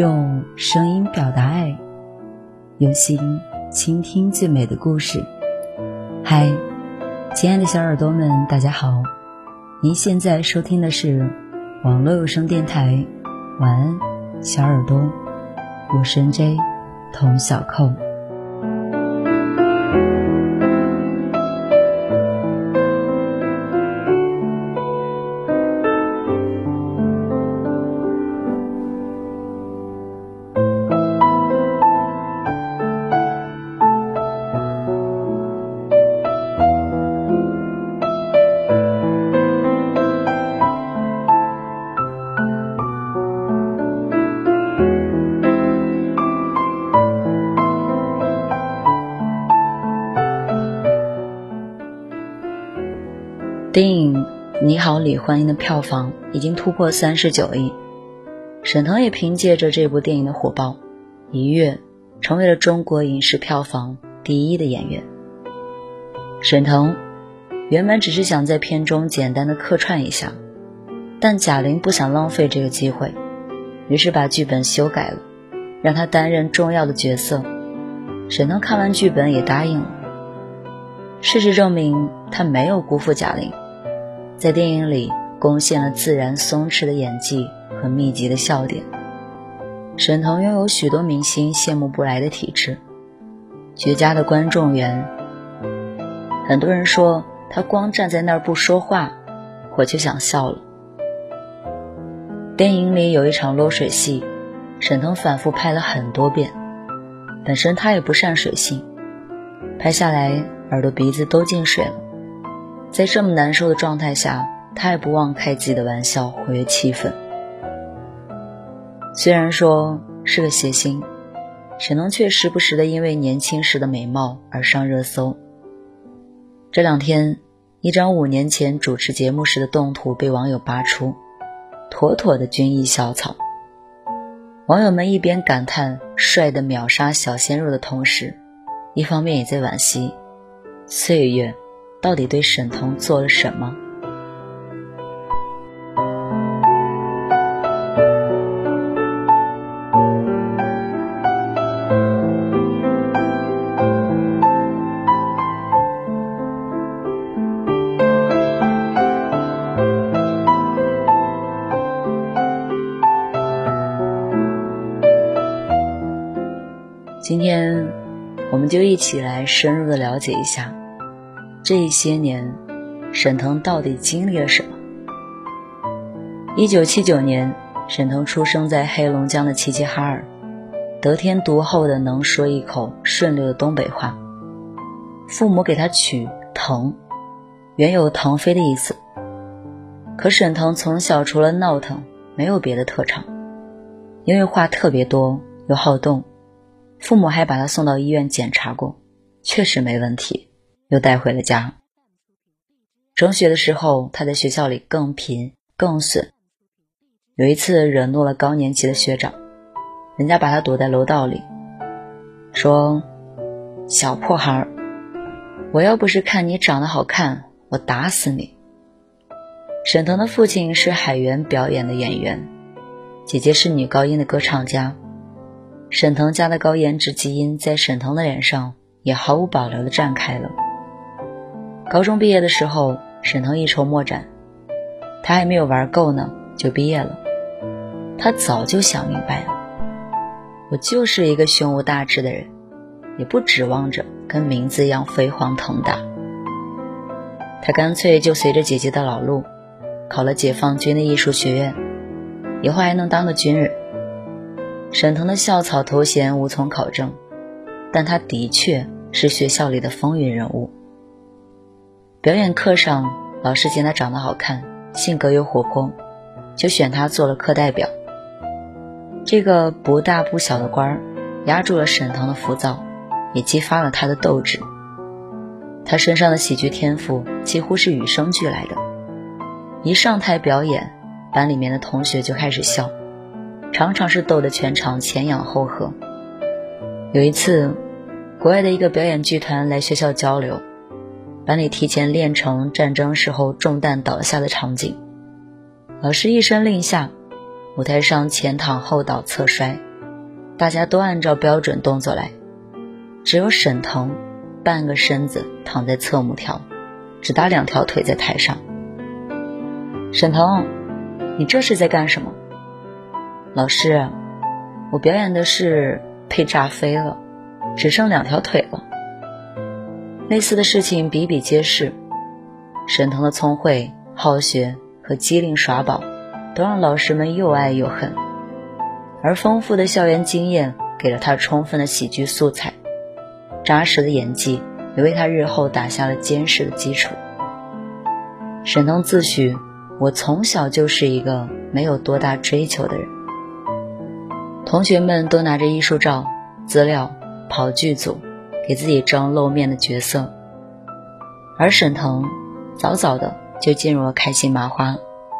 用声音表达爱，用心倾听最美的故事。嗨，亲爱的小耳朵们，大家好，您现在收听的是网络有声电台晚安小耳朵，我是 NJ 童小扣。电影《你好，李焕英》的票房已经突破39亿，沈腾也凭借着这部电影的火爆，一跃成为了中国影视票房第一的演员。沈腾原本只是想在片中简单的客串一下，但贾玲不想浪费这个机会，于是把剧本修改了，让他担任重要的角色。沈腾看完剧本也答应了。事实证明，他没有辜负贾玲，在电影里贡献了自然松弛的演技和密集的笑点。沈腾拥有许多明星羡慕不来的体质，绝佳的观众缘。很多人说他光站在那儿不说话，我就想笑了。电影里有一场落水戏，沈腾反复拍了很多遍，本身他也不善水性，拍下来耳朵鼻子都进水了。在这么难受的状态下，他也不忘开自己的玩笑，活跃气氛。虽然说是个谐星，沈腾却时不时的因为年轻时的美貌而上热搜。这两天，一张5年前主持节目时的动图被网友扒出，妥妥的军艺校草。网友们一边感叹帅的秒杀小鲜肉的同时，一方面也在惋惜岁月到底对沈腾做了什么。今天我们就一起来深入的了解一下这一些年沈腾到底经历了什么。1979年，沈腾出生在黑龙江的齐齐哈尔，得天独厚的能说一口顺溜的东北话。父母给他取腾，原有腾飞的意思。可沈腾从小除了闹腾没有别的特长，因为话特别多又好动，父母还把他送到医院检查过，确实没问题，又带回了家。中学的时候，他在学校里更贫更损。有一次惹怒了高年级的学长，人家把他躲在楼道里，说：小破孩，我要不是看你长得好看，我打死你。沈腾的父亲是海员表演的演员，姐姐是女高音的歌唱家。沈腾家的高颜值基因在沈腾的脸上也毫无保留地绽开了。高中毕业的时候，沈腾一筹莫展，他还没有玩够呢就毕业了。他早就想明白了，我就是一个胸无大志的人，也不指望着跟名字一样飞黄腾达。他干脆就随着姐姐的老路，考了解放军的艺术学院，以后还能当个军人。沈腾的校草头衔无从考证，但他的确是学校里的风云人物。表演课上，老师见他长得好看，性格又活泼，就选他做了课代表。这个不大不小的官儿压住了沈腾的浮躁，也激发了他的斗志。他身上的喜剧天赋几乎是与生俱来的，一上台表演，班里面的同学就开始笑，常常是逗得全场前仰后合。有一次，国外的一个表演剧团来学校交流，班里提前练成战争时候中弹倒下的场景。老师一声令下，舞台上前躺后倒侧摔， 大家都按照标准动作来，只有沈腾半个身子躺在侧幕条，只搭2条腿在台上。沈腾，你这是在干什么？老师，我表演的是被炸飞了，只剩2条腿了。类似的事情比比皆是，沈腾的聪慧、好学和机灵耍宝都让老师们又爱又恨，而丰富的校园经验给了他充分的喜剧素材，扎实的演技也为他日后打下了坚实的基础。沈腾自诩，我从小就是一个没有多大追求的人。同学们都拿着艺术照、资料跑剧组，给自己争露面的角色，而沈腾早早的就进入了开心麻花。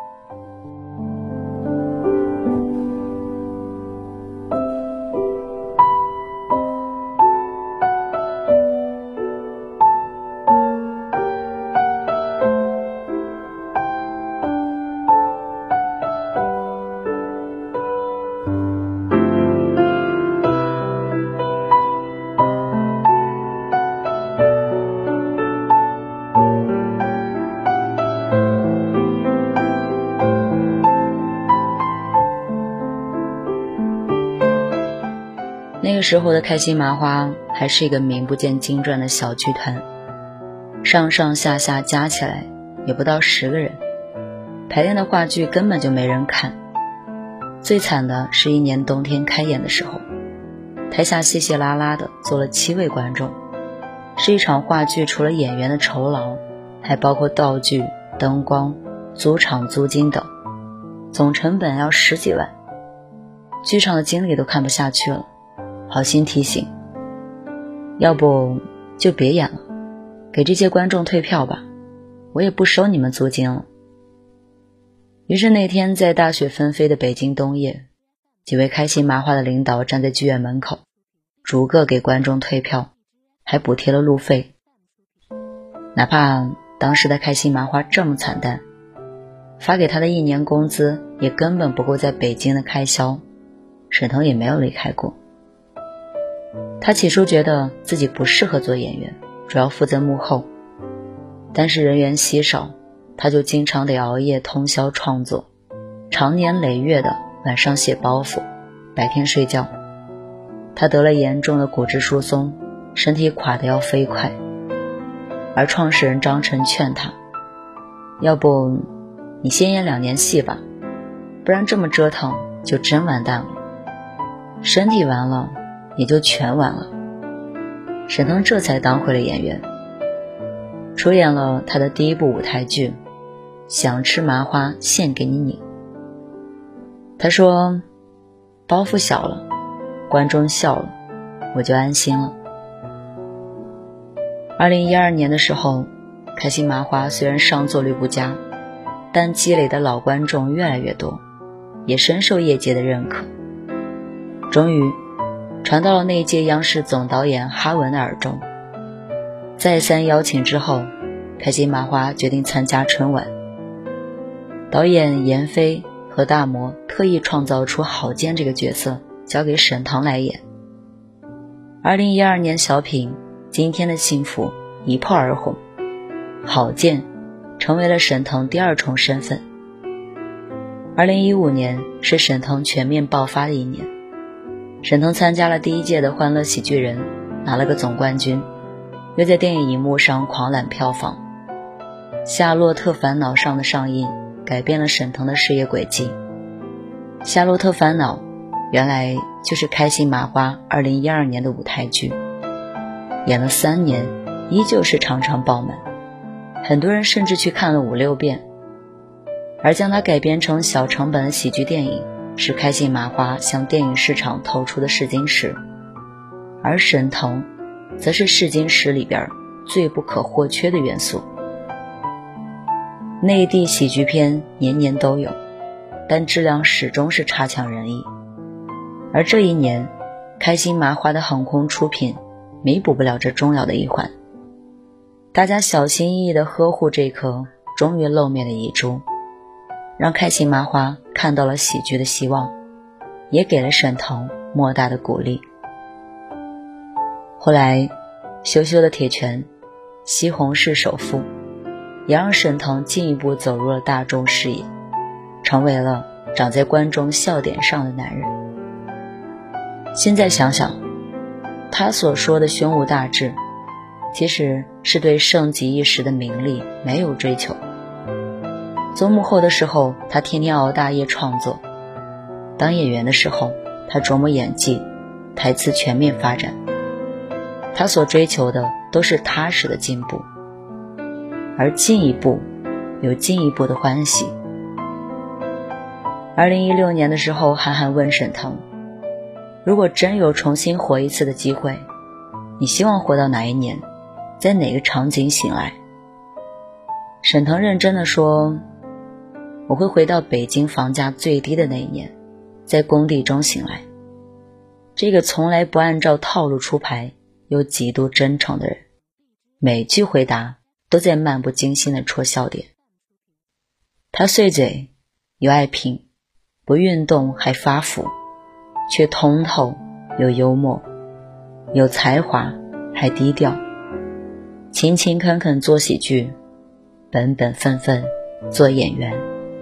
那个时候的开心麻花还是一个名不见经传的小剧团，上上下下加起来也不到10个人，排练的话剧根本就没人看。最惨的是一年冬天开演的时候，台下稀稀拉拉的坐了7位观众，是一场话剧除了演员的酬劳，还包括道具、灯光、租场租金等，总成本要10几万。剧场的经理都看不下去了，好心提醒，要不就别演了，给这些观众退票吧，我也不收你们租金了。于是那天在大雪纷飞的北京冬夜，几位开心麻花的领导站在剧院门口，逐个给观众退票，还补贴了路费。哪怕当时的开心麻花这么惨淡，发给他的1年工资也根本不够在北京的开销，沈腾也没有离开过。他起初觉得自己不适合做演员，主要负责幕后，但是人员稀少，他就经常得熬夜通宵创作，长年累月的晚上写包袱，白天睡觉。他得了严重的骨质疏松，身体垮得要飞快，而创始人张晨劝他，要不你先演2年戏吧，不然这么折腾就真完蛋了，身体完了也就全完了。沈腾这才当回了演员，出演了他的第1部舞台剧，想吃麻花献给你拧。他说，包袱小了，观众笑了，我就安心了。2012年的时候，开心麻花虽然上座率不佳，但积累的老观众越来越多，也深受业界的认可。终于传到了那一届央视总导演哈文的耳中，再三邀请之后，开心麻花决定参加春晚。导演闫飞和大魔特意创造出郝建这个角色，交给沈腾来演。2012年小品《今天的幸福》一炮而红，郝建成为了沈腾第2重身份。2015年是沈腾全面爆发的一年，沈腾参加了第1届的欢乐喜剧人，拿了个总冠军，又在电影荧幕上狂揽票房。夏洛特烦恼上的上映改变了沈腾的事业轨迹。夏洛特烦恼原来就是开心麻花2012年的舞台剧，演了3年依旧是场场爆满，很多人甚至去看了5、6遍。而将它改编成小成本的喜剧电影，是开心麻花向电影市场投出的试金石，而沈腾则是试金石里边最不可或缺的元素。内地喜剧片年年都有，但质量始终是差强人意，而这一年开心麻花的横空出品弥补不了这重要的一环。大家小心翼翼地呵护这颗终于露面的遗珠，让开心麻花看到了喜剧的希望，也给了沈腾莫大的鼓励。后来羞羞的铁拳，西红柿首富，也让沈腾进一步走入了大众视野，成为了长在观众笑点上的男人。现在想想，他所说的胸无大志，其实是对盛极一时的名利没有追求。做幕后的时候，他天天熬大夜创作；当演员的时候，他琢磨演技，台词全面发展。他所追求的都是踏实的进步，而进一步有进一步的欢喜。2016年的时候，韩寒问沈腾，如果真有重新活一次的机会，你希望活到哪一年，在哪个场景醒来？沈腾认真地说，我会回到北京房价最低的那一年，在工地中醒来。这个从来不按照套路出牌又极度真诚的人，每句回答都在漫不经心地戳笑点。他碎嘴又爱拼，不运动还发福，却通透又幽默，有才华还低调，勤勤恳恳做喜剧，本本分分做演员。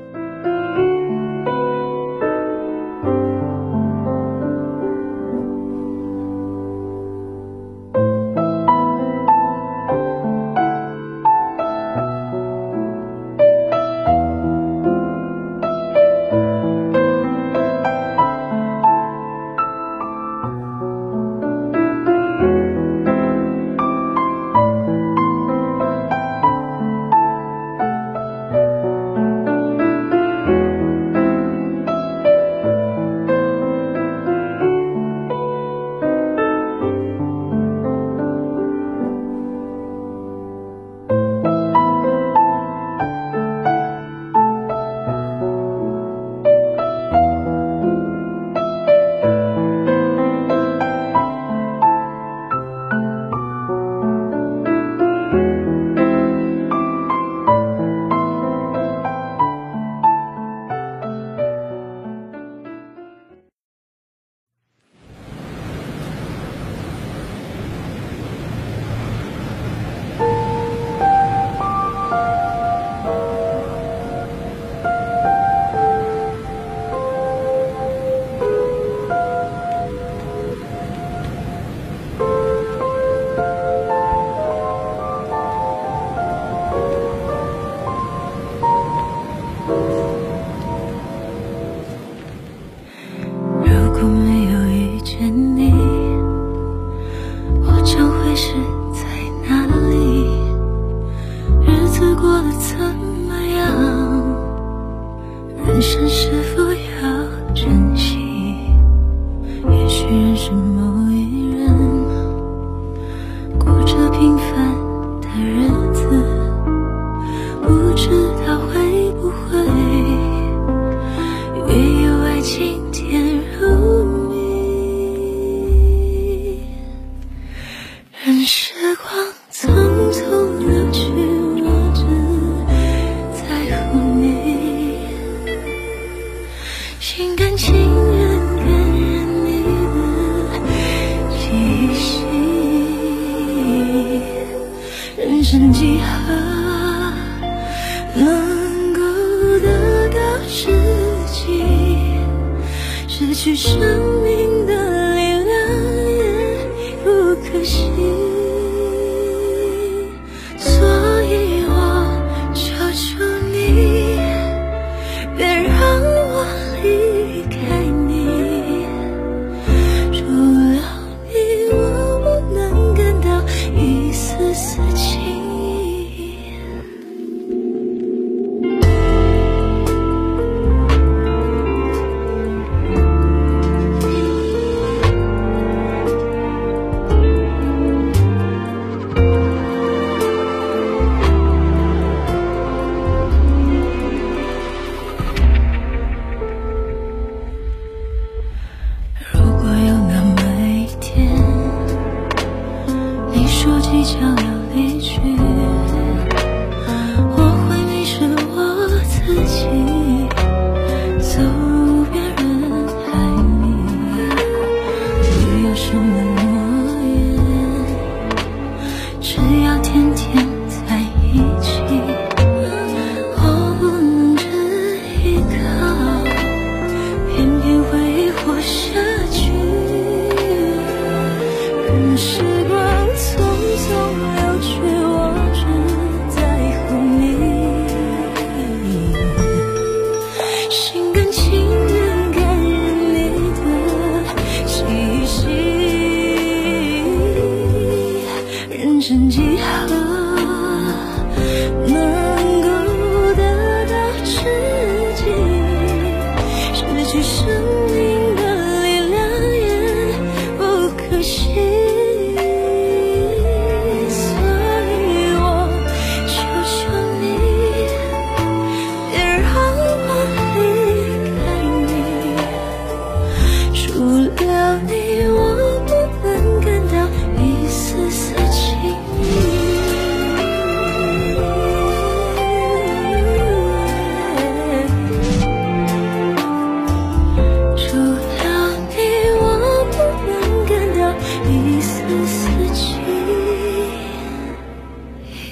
人生是否要珍惜？也许认识某一人，过着平凡的日子，不知道会不会也有爱情甜如蜜。任时光匆匆流去，我只在乎你。心甘情愿感染你的气息，人生几何能够得到知己，失去生命的力量也不可惜。所以我求求你，别让我离开你，除了你我不能感到一丝丝情意。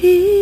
意。